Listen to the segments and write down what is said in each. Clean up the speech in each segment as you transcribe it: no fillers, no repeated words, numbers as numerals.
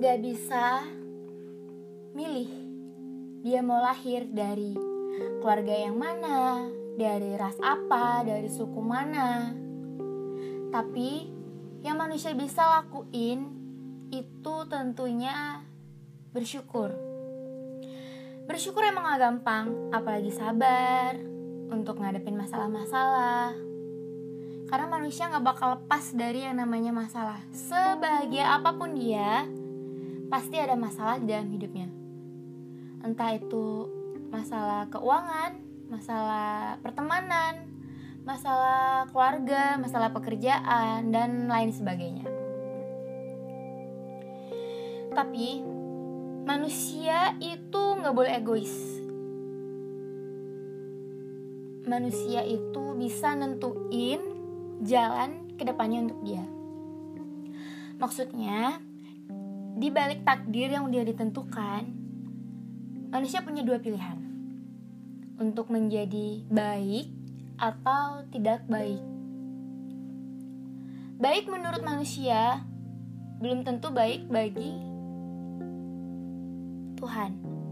gak bisa milih dia mau lahir dari keluarga yang mana, dari ras apa, dari suku mana. Tapi yang manusia bisa lakuin itu tentunya bersyukur. Bersyukur emang gak gampang, apalagi sabar untuk ngadepin masalah-masalah. Karena manusia gak bakal lepas dari yang namanya masalah. Sebahagia apapun dia, pasti ada masalah di dalam hidupnya. Entah itu masalah keuangan, masalah pertemanan, masalah keluarga, masalah pekerjaan, dan lain sebagainya. Tapi manusia itu gak boleh egois. Manusia itu bisa nentuin jalan ke depannya untuk dia. Maksudnya, di balik takdir yang dia ditentukan, manusia punya dua pilihan. Untuk menjadi baik atau tidak baik. Baik menurut manusia belum tentu baik bagi Tuhan.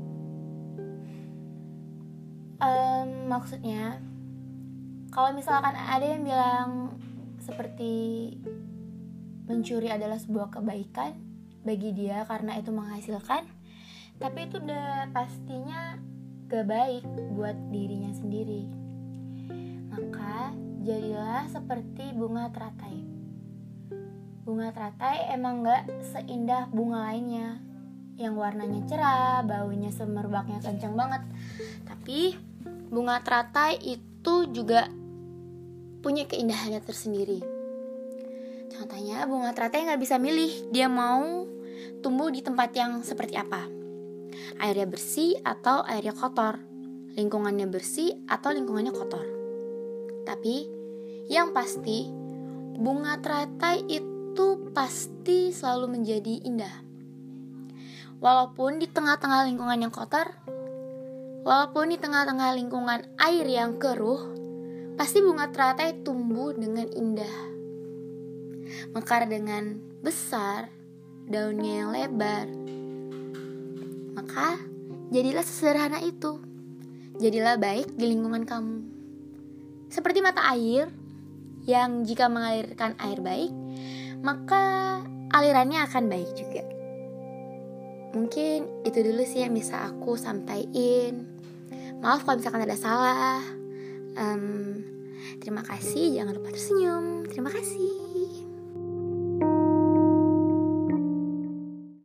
Maksudnya, kalau misalkan ada yang bilang seperti mencuri adalah sebuah kebaikan bagi dia karena itu menghasilkan, tapi itu udah pastinya gak baik buat dirinya sendiri. Maka jadilah seperti bunga teratai. Bunga teratai emang gak seindah bunga lainnya yang warnanya cerah, baunya semerbaknya kencang banget. Tapi bunga teratai itu juga punya keindahannya tersendiri. Contohnya bunga teratai gak bisa milih dia mau tumbuh di tempat yang seperti apa. Airnya bersih atau airnya kotor, lingkungannya bersih atau lingkungannya kotor. Tapi yang pasti bunga teratai itu pasti selalu menjadi indah. Walaupun di tengah-tengah lingkungan yang kotor, walaupun di tengah-tengah lingkungan air yang keruh, pasti bunga teratai tumbuh dengan indah. Mekar dengan besar, daunnya yang lebar. Maka jadilah sesederhana itu. Jadilah baik di lingkungan kamu. Seperti mata air yang jika mengalirkan air baik, maka alirannya akan baik juga. Mungkin itu dulu sih yang bisa aku sampaikan. Maaf kalau misalkan ada salah. Terima kasih, jangan lupa tersenyum. Terima kasih.